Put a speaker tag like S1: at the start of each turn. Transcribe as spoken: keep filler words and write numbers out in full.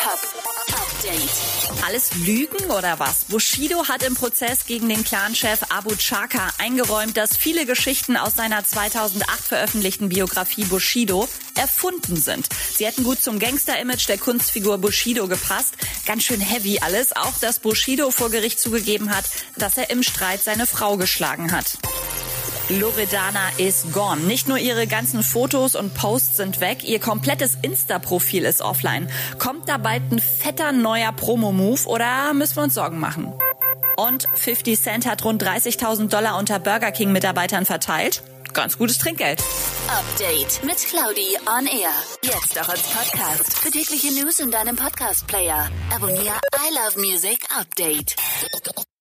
S1: Update.
S2: Alles Lügen oder was? Bushido hat im Prozess gegen den Clanchef Abu Chaka eingeräumt, dass viele Geschichten aus seiner zweitausendacht veröffentlichten Biografie Bushido erfunden sind. Sie hätten gut zum Gangster-Image der Kunstfigur Bushido gepasst. Ganz schön heavy alles. Auch, dass Bushido vor Gericht zugegeben hat, dass er im Streit seine Frau geschlagen hat. Loredana is gone. Nicht nur ihre ganzen Fotos und Posts sind weg, ihr komplettes Insta-Profil ist offline. Kommt da bald ein fetter neuer Promo-Move oder müssen wir uns Sorgen machen? Und fifty Cent hat rund dreißigtausend Dollar unter Burger King-Mitarbeitern verteilt. Ganz gutes Trinkgeld.
S1: Update mit Claudi on Air. Jetzt auch als Podcast. Für tägliche News in deinem Podcast-Player. Abonniere I Love Music Update.